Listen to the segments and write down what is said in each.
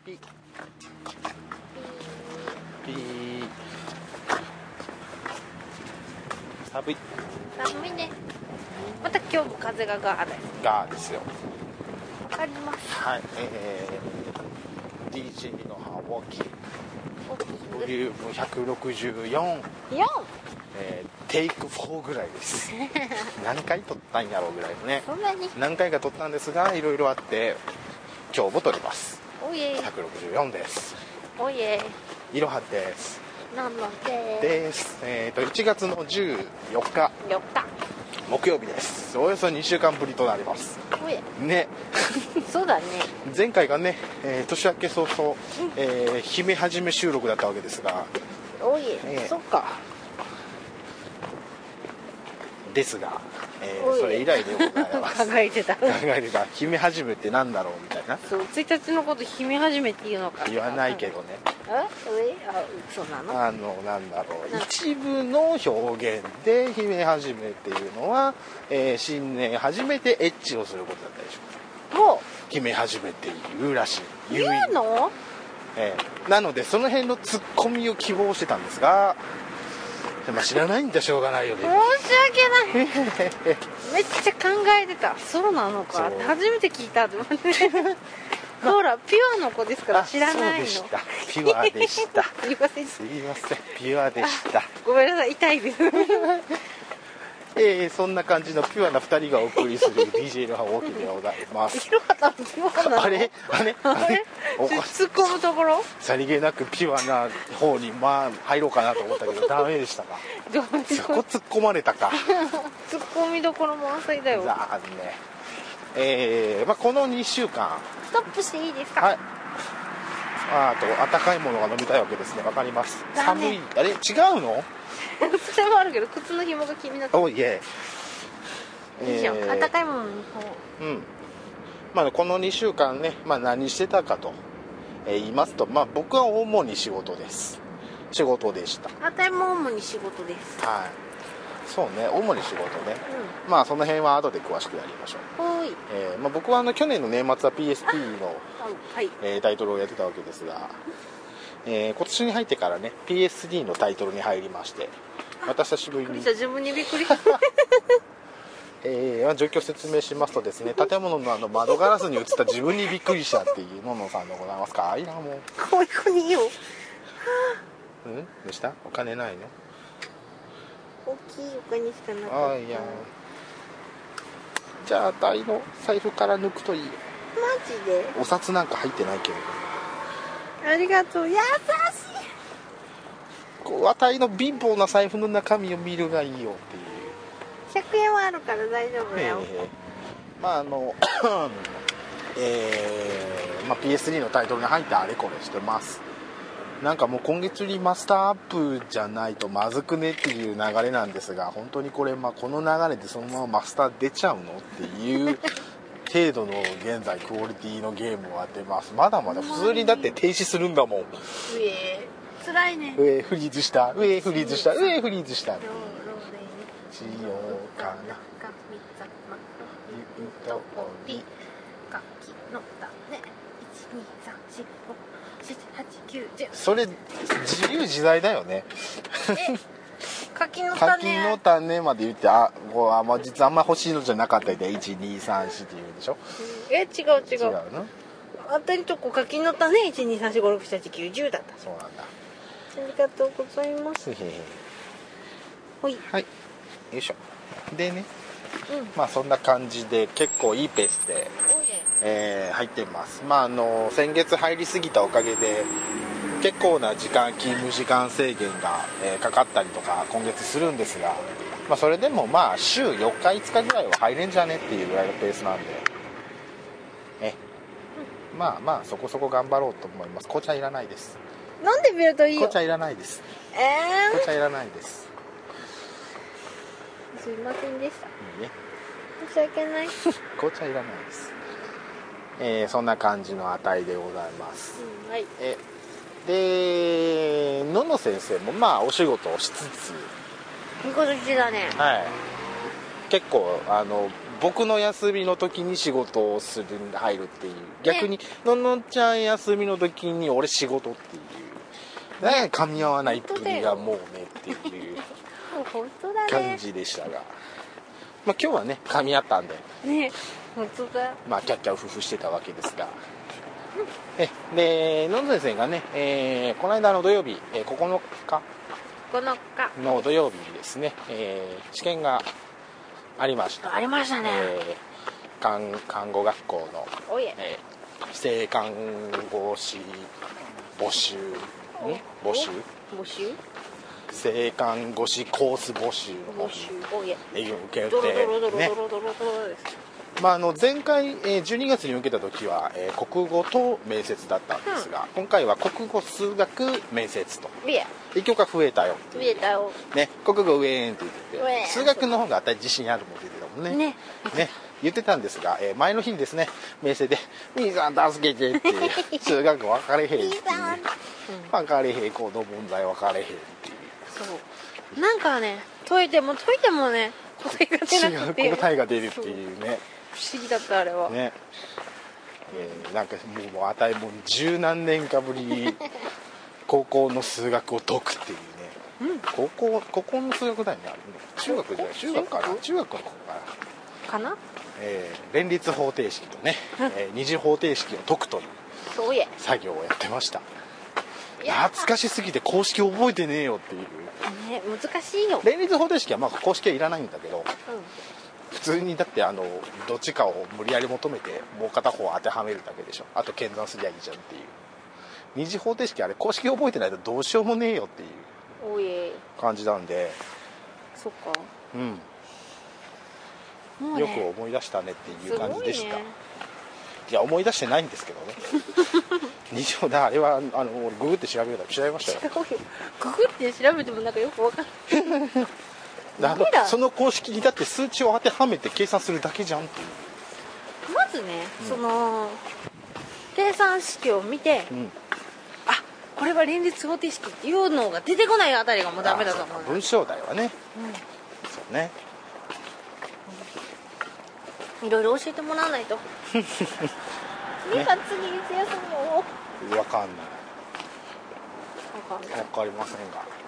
ピー。寒い。 寒いね。また今日も風がガーです。 ガーですよ。 わかります。 はい。DJ のハワキボリューム164。 4。 テイク4ぐらいです何回撮ったんやろうぐらいのね。 そんなに。 何回か撮ったんですが、いろいろあって今日も撮ります。 おいえ。 164です。 おいえ。 いろはです。 なんのでです。1月の14日 4日木曜日です。およそ2週間ぶりとなります。 おいえ。 ねそうだね。 前回がね、年明け早々、姫始め収録だったわけですが、 おいえ。そっか。 ですが、 おいそれ以来でございます考えてた。 考えてた。姫始めってなんだろうみたいな。 そう、1日のこと姫始めって言うのか。 言わないけどね。 そうなの。 なんだろう、一部の表現で姫始めっていうのは、新年初めてエッチをすることだったでしょ。 もう姫始めって言うらしい。 言うの？ なのでその辺のツッコミを希望してたんですが、まあ、知らないんじゃしょうがないよね。 申し訳ないめっちゃ考えてた。そうなのか。初めて聞いたと思ってほら、ピュアの子ですから知らないの。 そうでした。ピュアでしたすいません。 すいません、ピュアでした。 ごめんなさい、痛いですそんな感じのピュアな2人がお送りする DJ のハオキでございます。 広畑のピュアなの？ あれ突っ込むところ？ さりげなくピュアな方に入ろうかなと思ったけどダメでしたか。そこ突っ込まれたか。 突っ込みどころ満載だよ。 残念。この2週間ストップしていいですか？ はい。あと温かいものが飲みたいわけですね。わかります。寒い。あれ違うの？ それもあるけど、靴の紐が気になって。 おいえ。 いいじゃん。温かいものにこの2週間ね、何してたかと言いますと、僕は主に仕事です。仕事でした。 私も主に仕事です。 はい。そうね、主に仕事ね。その辺は後で詳しくやりましょう。 はい。 僕は去年の年末は PSP の、 はいタイトルをやってたわけですが、今年に入ってからね PSD のタイトルに入りまして、また久しぶりに自分にびっくりした状況説明しますとですね、建物の窓ガラスに映った自分にびっくりしたっていうののさんでございますか。あいなもう可愛い子にいいよ。 どうした？お金ないの？ 大きいお金しかなかった。 いや、じゃあタイの財布から抜くといいよ。 マジで？ お札なんか入ってないけど。 ありがとう。優しい。 あたいの貧乏な財布の中身を見るがいいよっていう。 100円はあるから大丈夫だよ。 PS3 のタイトルに入ってあれこれしてます。なんかもう今月にマスターアップじゃないとまずくねっていう流れなんですが、本当にこれ、この流れでそのままマスター出ちゃうのっていう程度の現在クオリティのゲームは出ます。まだまだ普通にだって停止するんだもん。 辛いね。 上フリーズした、上フリーズした、上フリーズしたってしようかな。ゆうとり楽器のだね。12345678910。 それ自由自在だよね。 柿の柿の種まで言って、実はあんま欲しいのじゃなかったりで123 4って言うんでしょ。 違う違うの？ 当たりとこ柿の種12345678910だった。 そうなんだ。 ありがとうございます。ほい。 はい。よいしょ。でね、そんな感じで結構いいペースで、入っています。先月入りすぎたおかげで結構な勤務時間制限が、かかったりとか今月するんですが、それでも週4日5日ぐらいは入れんじゃねっていうぐらいのペースなんで、そこそこ頑張ろうと思います。紅茶いらないです。 飲んでみるといいよ。 紅茶いらないです。紅茶いらないです。 すいませんでした。 いいね。 申し訳ない。 紅茶いらないです。そんな感じの値でございます。 はい。 で、のの先生もお仕事をしつつ、 いいことしてたね。 はい。結構僕の休みの時に仕事を入るっていう、逆にののちゃん休みの時に俺仕事っていう、ね、噛み合わないっぷりがもうねっていう本当だね感じでしたが、まあ、今日はね噛み合ったんでね、本当だ。 まあキャッキャウフフしてたわけですが、でのん先生がね、この間の土曜日、9日の土曜日にですね、試験がありました。 ありましたね。 看護学校の、正看護師募集正看護師コース募集の方に受けてね。まあ、前回、12月に受けた時は、国語と面接だったんですが、今回は国語数学面接と1教科増えたよっていうね、国語ウェーンって言ってて、数学の方が自信あるもんって言ってたもんね言ってたんですが、前の日にですね面接で「兄さん助けて」って数学分かれへんっていう分かれへん、この問題分かれへんっていう、 そうなんかね解いてもね答えが出るっていうね、 不思議だったあれはね。なんかもうもう十何年かぶりに高校の数学を解くっていうね、高校の数学だよね、あれね、中学じゃない、中学の方かな、連立方程式とね、二次方程式を解くという作業をやってました。懐かしすぎて公式覚えてねえよっていう、 ね、難しいよ。 連立方程式はまあ公式はいらないんだけど、普通にだってどっちかを無理やり求めてもう片方を当てはめるだけでしょ、あと検算すりゃいいじゃんっていう。二次方程式あれ公式覚えてないとどうしようもねえよっていう感じなんで、 そっか、 よく思い出したねっていう感じでした。いや思い出してないんですけどね二次あれは俺ググって調べましたよ。 ググって調べてもなんかよく分かんないその公式にだって数値を当てはめて計算するだけじゃんっていう。 まずね、その計算式を見て、あ、これは連立方程式っていうのが出てこないあたりがもうダメだと思う。 文章題はね、そうね、 いろいろ教えてもらわないと2月にいつ休みを分かんない、分かりません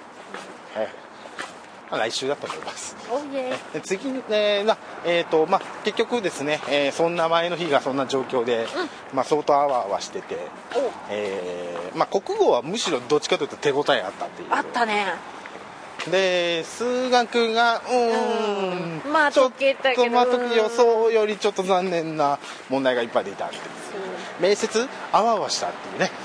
が、来週だと思います。次に、結局ですね、そんな前の日がそんな状況で、相当あわあわしてて、国語はむしろどっちかというと手応えあったっていう。 あったね。 で数学がちょっと予想よりちょっと残念な問題がいっぱい出たっていう。面接あわあわしたっていうね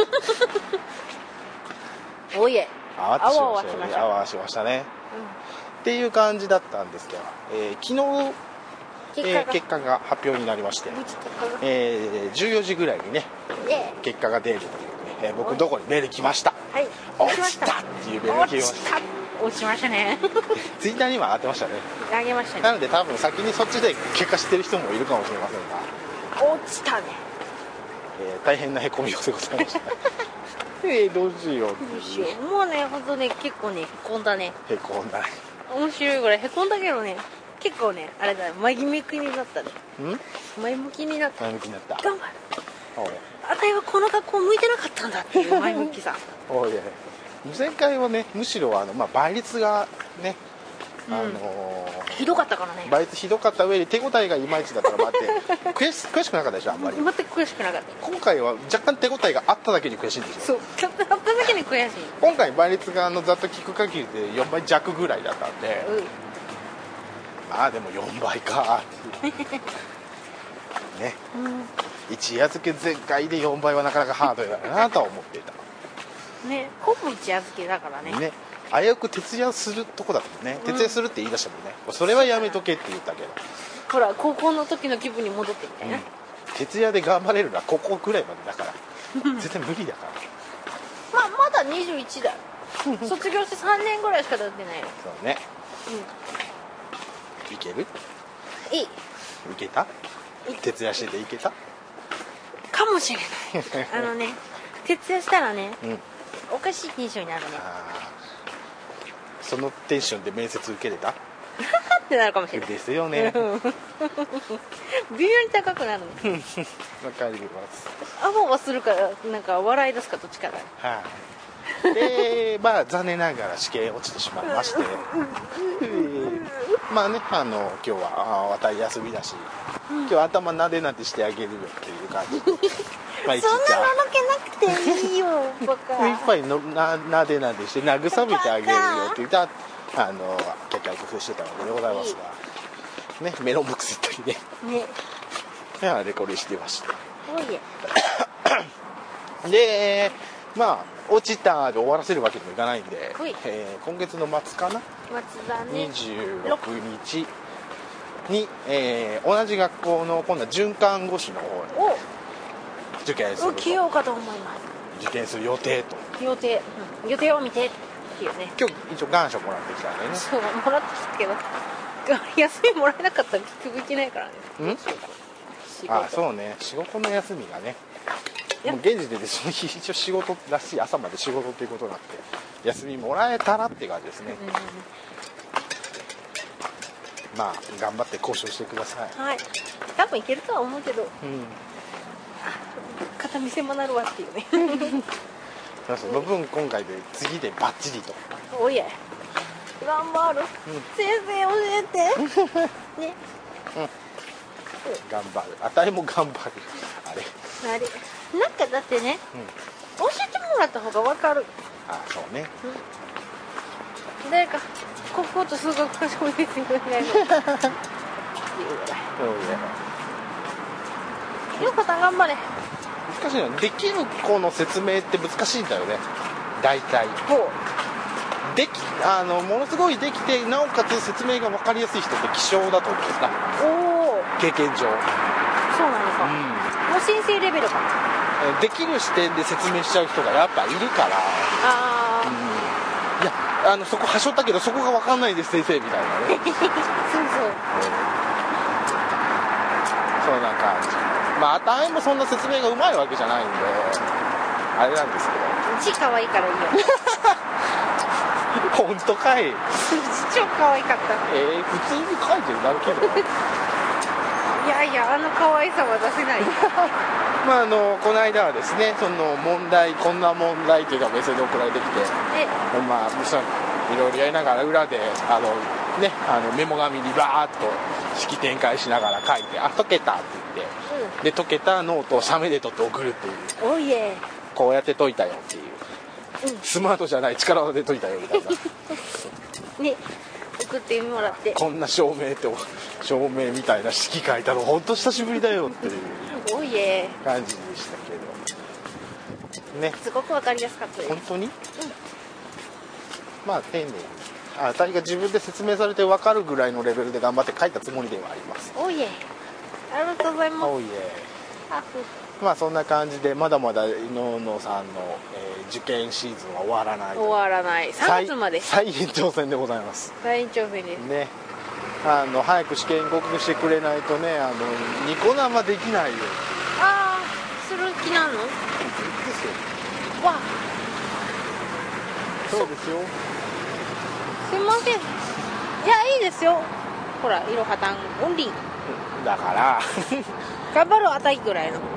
あわあわしましたね、っていう感じだったんですけど、昨日結果が発表になりまして、14時ぐらいにね結果が出るというね、僕どこにメール来ました。落ちたっていうメールが来ました。 落ちましたねツイッターにも上がってましたね。 上げましたね。 なので多分先にそっちで結果知ってる人もいるかもしれませんが、落ちたね、 大変なへこみようでございましたどうしようもうね、ほんとね、結構ねへこんだね。面白いぐらいへこんだけどね、結構ね、あれだね、前向きになったね。前向きになった。頑張る。あたいはこの学校向いてなかったんだっていう前向きさ前回はね、むしろ倍率がね、 ひどかったからね。 倍率ひどかった上に手応えがいまいちだから悔しくなかったでしょ、あんまり。 全く悔しくなかった。 今回は若干手応えがあっただけに悔しいんですよ。 そう、あっただけに悔しい。 今回倍率がざっと聞く限りで4倍弱ぐらいだったんで、でも4倍かね、一夜漬け全開で4倍はなかなかハードだなとは思っていたね。ほぼ一夜漬けだからね。 危うく徹夜するとこだったもんね。徹夜するって言い出したもんね。それはやめとけって言ったけど、 ほら高校の時の気分に戻ってみたいな、 徹夜で頑張れるのはここぐらいまでだから絶対無理だからまだ21だよ卒業して3年ぐらいしか経ってないよ。 そうね、いける？ いけた？徹夜してていけた？ かもしれないね、徹夜したらね、おかしいテンションになるね。 そのテンションで面接受けれた？ ってなるかもしれないですよね。 微妙に高くなるの。 わかります。 あわはするからなんか笑い出すかどっちかだ。 はい、でまあ残念ながら試験落ちてしまいましてまあね今日は渡り休みだし、今日頭なでなでしてあげるよっていう感じでまあそんなのろけなくていいよバカ。 いっぱいのなでなでして慰めてあげるよって言ったキャッキャ工夫してたわけでございますがね、メロンブックス行ったりねあれこれしてました。 おいえでまあ落ちたで終わらせるわけにもいかないんで、今月の末かな、 末だね、 26日に、同じ学校の今度は准看護師の方に受験すると、 受けようかと思います。 受験する予定と予定を見てっていうね。 今日一応願書もらってきたんでね。 そうもらってきたけど休みもらえなかったら結局行けないからね。 あそうね、仕事の休みがねもう現時点でその日一応仕事らしい、朝まで仕事っていうことになって休みもらえたらって感じですね、まあ頑張って交渉してください。 はい多分いけるとは思うけど、肩見せもなるわっていうねその分今回で次でバッチリと。 おいえ頑張る、先生教えてね、 頑張る、あたいも頑張るあれなんかだってね、教えてもらった方が分かる。 あそうね、 誰か国語と数学がそうですよねよかった頑張れ。 難しいのできる子の説明って難しいんだよね大体。できものすごいできてなおかつ説明が分かりやすい人って希少だと思うんですな。経験上。そうなのか、もう先生レベルか。 できる視点で説明しちゃう人がやっぱいるから、いやそこはしょったけどそこが分かんないです先生みたいなねそんな感じ。まああたいもそんな説明がうまいわけじゃないんであれなんですけど、 字可愛いからいいよ本当かい超可愛かった。 普通に書いてるだけどいやいや可愛さは出せないまあこの間はですねその問題こんな問題っていうのがメッセージ送られてきて、まあいろいろやりながら裏でメモ紙にバーッと式展開しながら書いて解けたって言って、で解けたノートを写メで撮って送るっていう、 おいえこうやって解いたよっていう、スマートじゃない力で解いたよみたいなね送ってもらって、 こんな証明みたいな式書いたの本当久しぶりだよっていうおいえ感じでしたけどね。 すごく分かりやすかったです。 本当に、まあ丁寧にあたりが自分で説明されて分かるぐらいのレベルで頑張って書いたつもりではあります。 おいえありがとうございます。 おいえまあそんな感じでまだまだ野々さんの、受験シーズンは終わらない3月まで再延長戦でございます。 再延長戦ですね。 早く試験合格してくれないとねニコ生できないよ。 する気なのですよ。わそうですよ。 すいません。いやいいですよ。ほらいろはたんオンリーだから頑張るあたいぐらいの。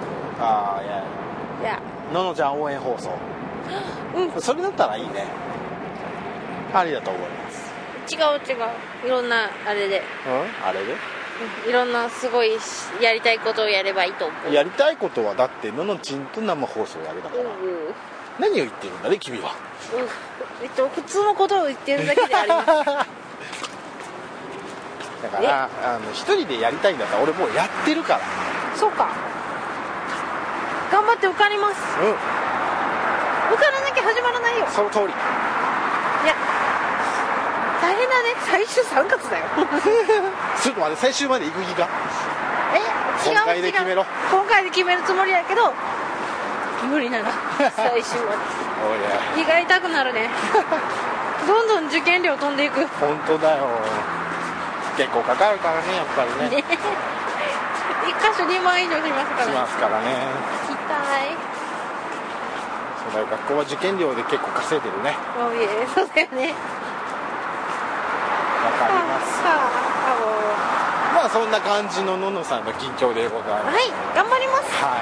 いやののちゃん応援放送それだったらいいね。ありだと思います。 違ういろんなあれであれでいろんなすごいやりたいことをやればいいと思う。 やりたいことはだってののちんと生放送やるだから、何を言ってるんだね君は。 普通のことを言ってるだけでありますだから一人でやりたいんだったら俺もうやってるから。 そうか頑張って受かります。受からなきゃ始まらないよ。 その通り。いや大変だね。最終3月だよちょっと待って最終まで行く気が今回で決めろ。 今回で決めるつもりやけど無理なら最終まで胃が痛くなるねどんどん受験料飛んでいく。 本当だよ。結構かかるからねやっぱりね 1箇所2万以上しますからね。 しますからね。 痛い。 そうだよ学校は受験料で結構稼いでるね。 そうだよね。 だかります。まあそんな感じのののさんの近況でございます。 はい、頑張ります。 はい。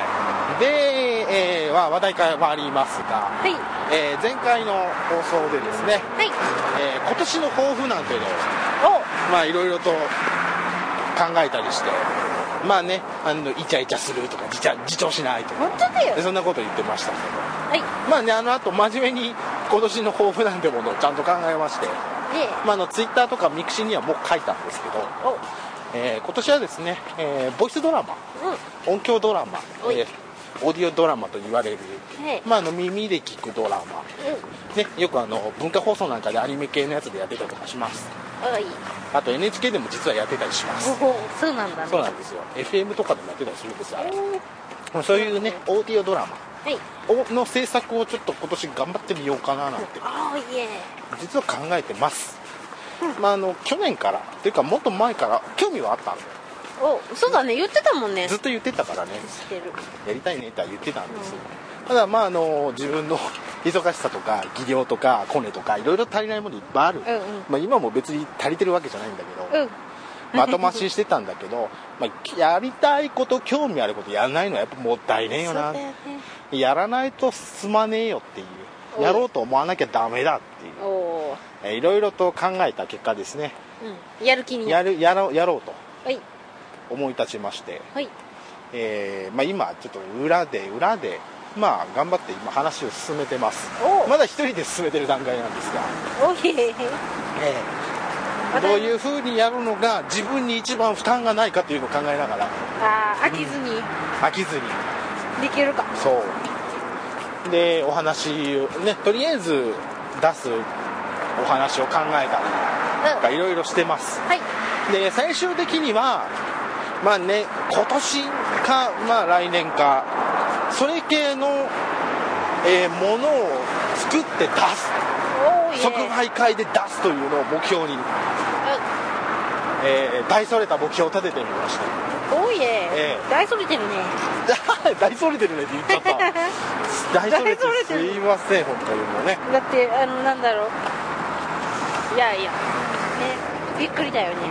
で、話題変わりますが、 はい。 前回の放送でですね、 はい。 今年の抱負なんていうのを、まあいろいろと考えたりして、まあね、イチャイチャするとか自重しないとか、 本当だよ。 そんなこと言ってましたけど、 はい。 まあね、後真面目に今年の抱負なんてものをちゃんと考えまして、まあツイッターとかミクシーにはもう書いたんですけど、今年はですね、ボイスドラマ、音響ドラマ、オーディオドラマと言われる、まあ耳で聞くドラマ、ね、よく文化放送なんかでアニメ系のやつでやってたりとかします。あと NHK でも実はやってたりします。 そうなんだね。 そうなんですよ。 FM とかでもやってたりするんですよ。そういうねオーディオドラマの制作をちょっと今年頑張ってみようかななんて実は考えてます。まあ去年からというかもっと前から興味はあったんで。 そうだね、言ってたもんね。 ずっと言ってたからね、 してる、やりたいねっては言ってたんですよ。ただまあ自分の忙しさとか技量とかコネとかいろいろ足りないものいっぱいある、まあ今も別に足りてるわけじゃないんだけど、まとまししてたんだけど、まあ、やりたいこと興味あることやらないのはやっぱもったいねえよな、やらないと進まねえよっていう、やろうと思わなきゃダメだっていう、いろいろと考えた結果ですね、 やる気にやろうと思い立ちまして、まあ、今ちょっと裏でまあ頑張って今話を進めてます。まだ一人で進めてる段階なんですが、どういう風にやるのが自分に一番負担がないかっていうのを考えながら、 飽きずにできるか。 そうで、お話をね、とりあえず出すお話を考えたりいろいろしてます。で最終的にはまあね、今年か、まあ、来年かそれ系の、ものを作って出す、即売会で出すというのを目標に、大それた目標を立ててみました。大それてるね大それてるねって言っちゃった大それてすいません本当にもうね。 だってなんだろう、いやね、びっくりだよね。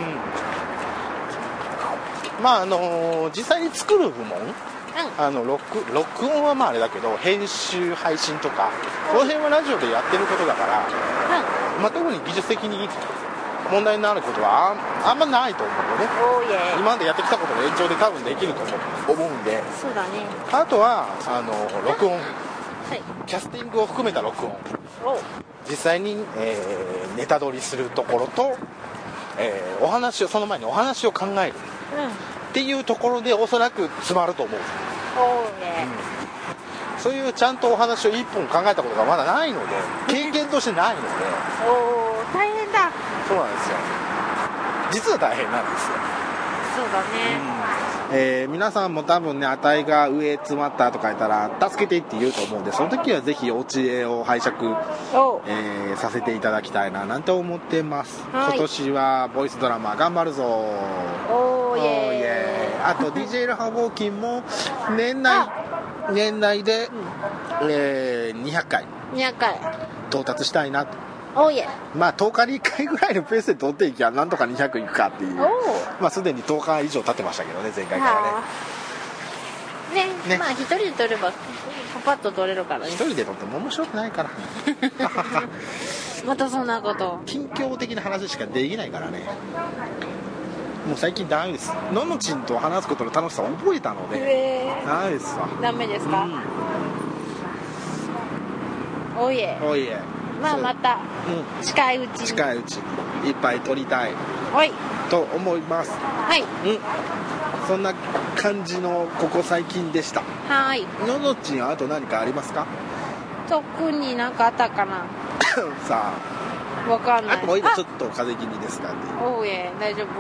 まあ実際に作る部門、録音はまああれだけど編集配信とかこの辺はラジオでやってることだから、まあ、特に技術的に問題のあることはあんまないと思うよね。今までやってきたことの延長で多分できると思うんで。 そうだね。 あとは録音、キャスティングを含めた録音、実際に、ネタ撮りするところと、その前にお話を考えるっていうところでおそらく詰まると思う。そういうちゃんとお話を一本考えたことがまだないので、経験としてないので大変だ。 そうなんですよ、実は大変なんですよ。 そうだね、 皆さんも多分ね、値が上詰まったとか言ったら助けてって言うと思うんで、その時はぜひお知恵を拝借、させていただきたいななんて思ってます。今年はボイスドラマ頑張るぞあと DJ ラハウォーキンも年内で、200回到達したいなと。まあ10日に1回ぐらいのペースで取っていきゃなんとか200いくかっていう。まあすでに10日以上経ってましたけどね、前回からね。 まあ一人で取ればパパッと取れるからね。 一人で取っても面白くないからまたそんなこと近況的な話しかできないからね。もう最近ダメです。ののちんと話すことの楽しさを覚えたので、ダメですわ。 ダメですか？まあまた近いうちにいっぱい撮りたいと思います。そんな感じのここ最近でした。ののちんはあと何かありますか？ 特になんかあったかなさあわかんない。 あともう一個ちょっと風邪気味ですかって。 大丈夫？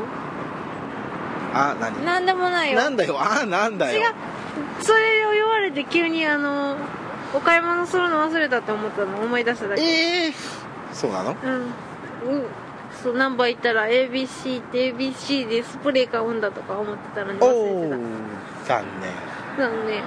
何？ なんでもないよ。 なんだよ。なんだよ。 違う。それを言われて急にお買い物するの忘れたって思ったの思い出しただけ。 そうなの？ そう、ナンバー行ったら ABC でスプレー買うんだとか思ってたのに忘れてた。 残念。 そうね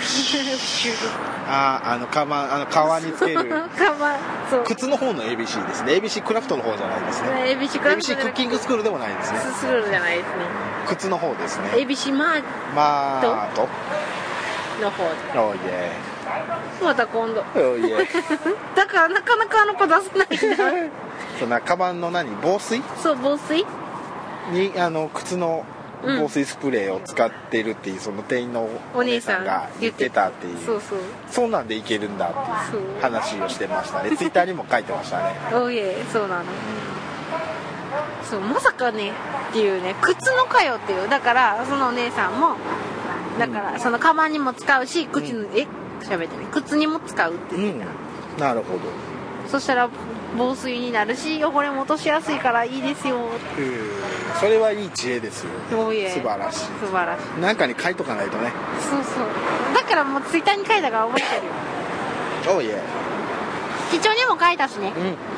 革につけるそう、 靴の方の ABC ですね。 ABC クラフトの方じゃないですね。 ABC クラフト ABC クッキングスクールでもないですね。 スクールじゃないですね。 靴の方ですね。 ABC マートの方で。 おいえまた今度。 おいえだからなかなか子出せないんだそんなカバンの防水そう、防水に靴の防水スプレーを使ってるっていう、その店員のお姉さんが言ってたっていう、そうなんでいけるんだっていう話をしてましたね。ツイッターにも書いてましたね。 おいえ、そうなの。そう、まさかねっていうね、靴のかよっていう。だからそのお姉さんもだからそのカバンにも使うし、靴にも使うって言ってた。 なるほど。 そしたら防水になるし、汚れも落としやすいからいいですよ。 それはいい知恵ですよ。素晴らしい。 素晴らしい。 なんかに書いとかないとね。 そうそう。だからもうツイッターに書いたから覚えてるよ。 おいえ。 基調にも書いたしね。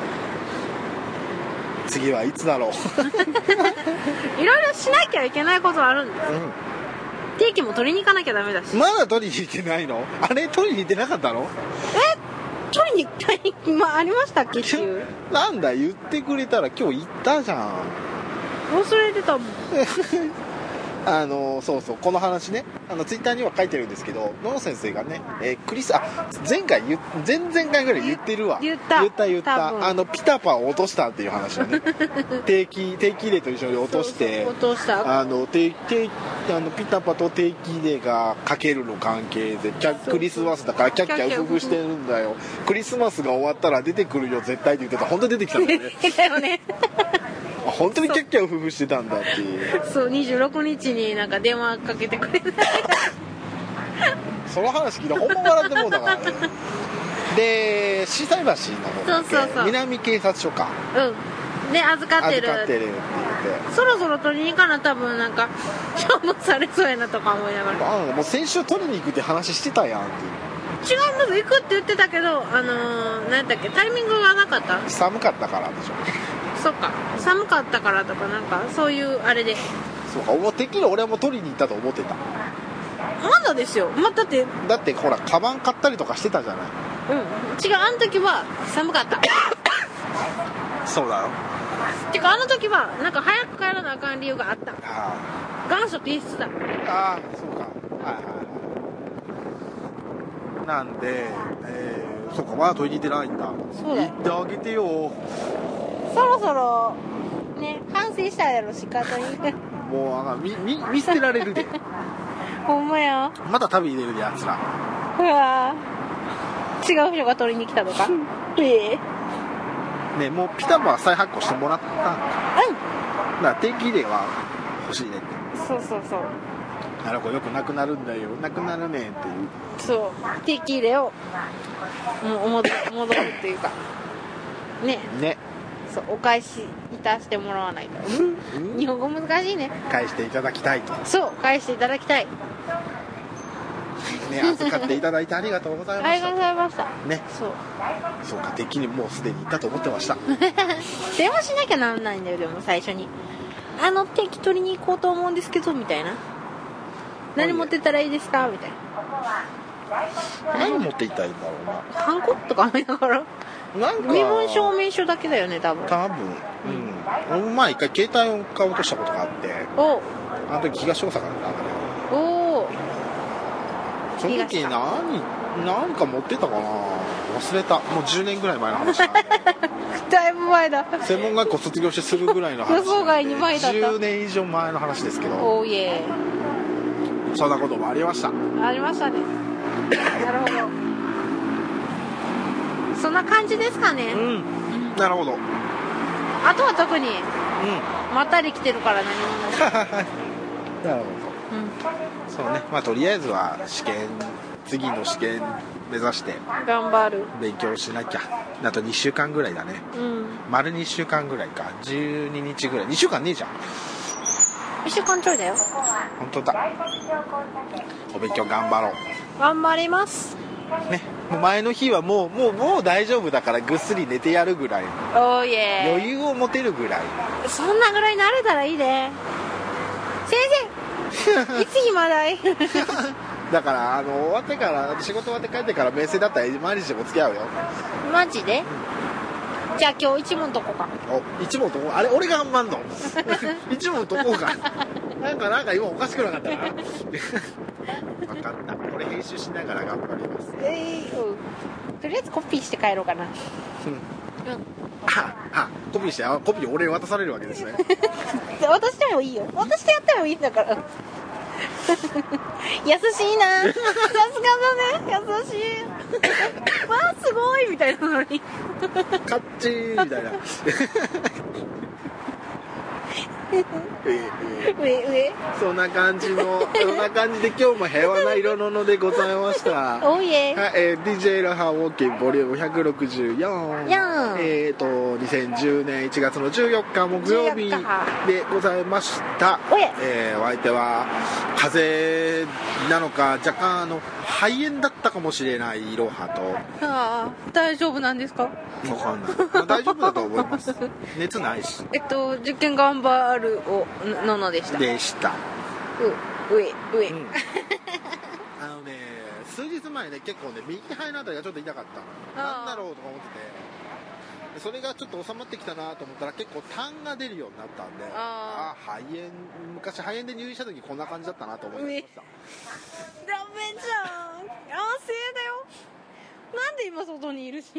次はいつだろう。 いろいろしなきゃいけないことあるんです。定期も取りに行かなきゃダメだし。 まだ取りに行ってないの？あれ取りに行ってなかったの？ 取りに行ったありましたっけっていう。 なんだ、言ってくれたら今日行ったじゃん。 忘れてたもん。 そうそう、この話ね、ツイッターには書いてるんですけど、野々先生がね、前々回ぐらい言ってるわ。言った。ピタパを落としたっていう話をね。定期入れと一緒に落として、 落とした。 ピタパと定期入れがかけるの関係で、クリスマスだからキャッキャウフフしてるんだよ。クリスマスが終わったら出てくるよ絶対って言ってた。本当に出てきたんだよね。 だよね。 本当にキャッキャウフフしてたんだっていう。 そう、26日になんか電話かけてくれない。 その話聞いたらほんま笑ってもうだからね。で、心斎橋の方だっけ、 そう南警察署か。 で、預かってるって言って、そろそろ取りに行かな、多分なんか消耗されそうやなとか思いながら。 もう先週取りに行くって話してたやんっていう。 違うんだ、行くって言ってたけど、何だっけ、タイミングがなかった。 寒かったからでしょ。 そっか、寒かったからとか、なんかそういうあれで。 そうか、もうてっきり俺はもう取りに行ったと思ってた。 まだですよ。 だってほら、カバン買ったりとかしてたじゃない。 違う、あの時は寒かった。 そうだよ。 てか、あの時はなんか早く帰らなあかん理由があった。願書提出だ。 そうか。なんで、そうか、まだ取りに行ってないんだ。 そうだ。 行ってあげてよ。 そろそろね、反省したやろ、仕方に。 もう見捨てられるで。 ほんまや。 まだ旅入れるで、やつら。 うわー、違う人が取りに来たとか。 ね、もうピタパは再発行してもらったんか。だから定期入れは欲しいねって。 そう。 これよくなくなるんだよ、なくなるねんっていう。 そう、定期入れをもう戻るっていうかね。そう、お返しいたしてもらわないと。日本語難しいね。 返していただきたいと。 そう、返していただきたいね。預かっていただいてありがとうございました。 ありがとうございましたね。そうか、敵にもうすでに行ったと思ってました。 電話しなきゃなんないんだよ。でも最初に定期取りに行こうと思うんですけどみたいな。何持ってったらいいですかみたいな。 何持っていったらいいんだろうな。 ハンコとか思いながら。身分証明書だけだよね、多分。 前一回携帯を買おうとしたことがあって、あの時東大阪だったんだけど、その時何か持ってたかな、忘れた。もう10年ぐらい前の話なんで。 だいぶ前だ。 専門学校卒業してするぐらいの話なんで、 予想外に前だった。 10年以上前の話ですけど、そんなこともありました。 ありましたね。なるほど。そんな感じですかね。 なるほど。 あとは特に、まったり来てるから何もない。 なるほど。そうね。まあとりあえずは次の試験目指して頑張る。 勉強しなきゃ。あと2週間ぐらいだね。丸2週間ぐらいか。12日ぐらい。2週間ねえじゃん。 1週間ちょいだよ。 本当だ。お勉強頑張ろう。 頑張ります。 ね。前の日はもう大丈夫だからぐっすり寝てやるぐらい。余裕を持てるぐらい。 そんなぐらい慣れたらいいね。先生、いつ暇だい？ だから終わってから仕事終わって帰ってから面接だったら毎日でも付き合うよ。 マジで？じゃあ今日一問解こうか。 一問解こう。あれ俺が頑張んの一問解こうか。なんか今おかしくなかったな。分かった。俺編集しながら頑張ります。 とりあえずコピーして帰ろうかな。 コピーしてコピー俺に渡されるわけですね。 渡してもいいよ。渡してやってもいいんだから。優しいな。さすがだね。優しい。わあすごいみたいなのに。 カッチーみたいな。そんな感じで今日も平和な色ののでございました。 おいえ。 はい、DJ ラハウォーキンボリューム164。2010年1月の14日木曜日でございました。お相手は風邪なのか若干肺炎だったかもしれないいろはと。 大丈夫なんですか？ わかんない。大丈夫だと思います。熱ないし。 受験頑張るのでした。 数日前ね結構ね右肺のあたりがちょっと痛かったの。なんだろうとか思ってて、それがちょっと収まってきたなと思ったら結構痰が出るようになったんで、昔肺炎で入院した時こんな感じだったなと思いました。 ダメじゃん。安静だよ。なんで今外にいるし。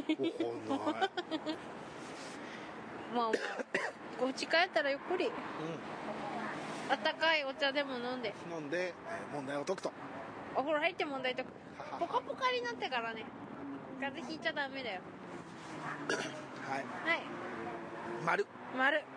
まあお家帰ったらゆっくり、あったかいお茶でも飲んで問題を解くと。 お風呂入って問題解く。ポカポカになってからね。風邪ひいちゃダメだよ。 はい。 丸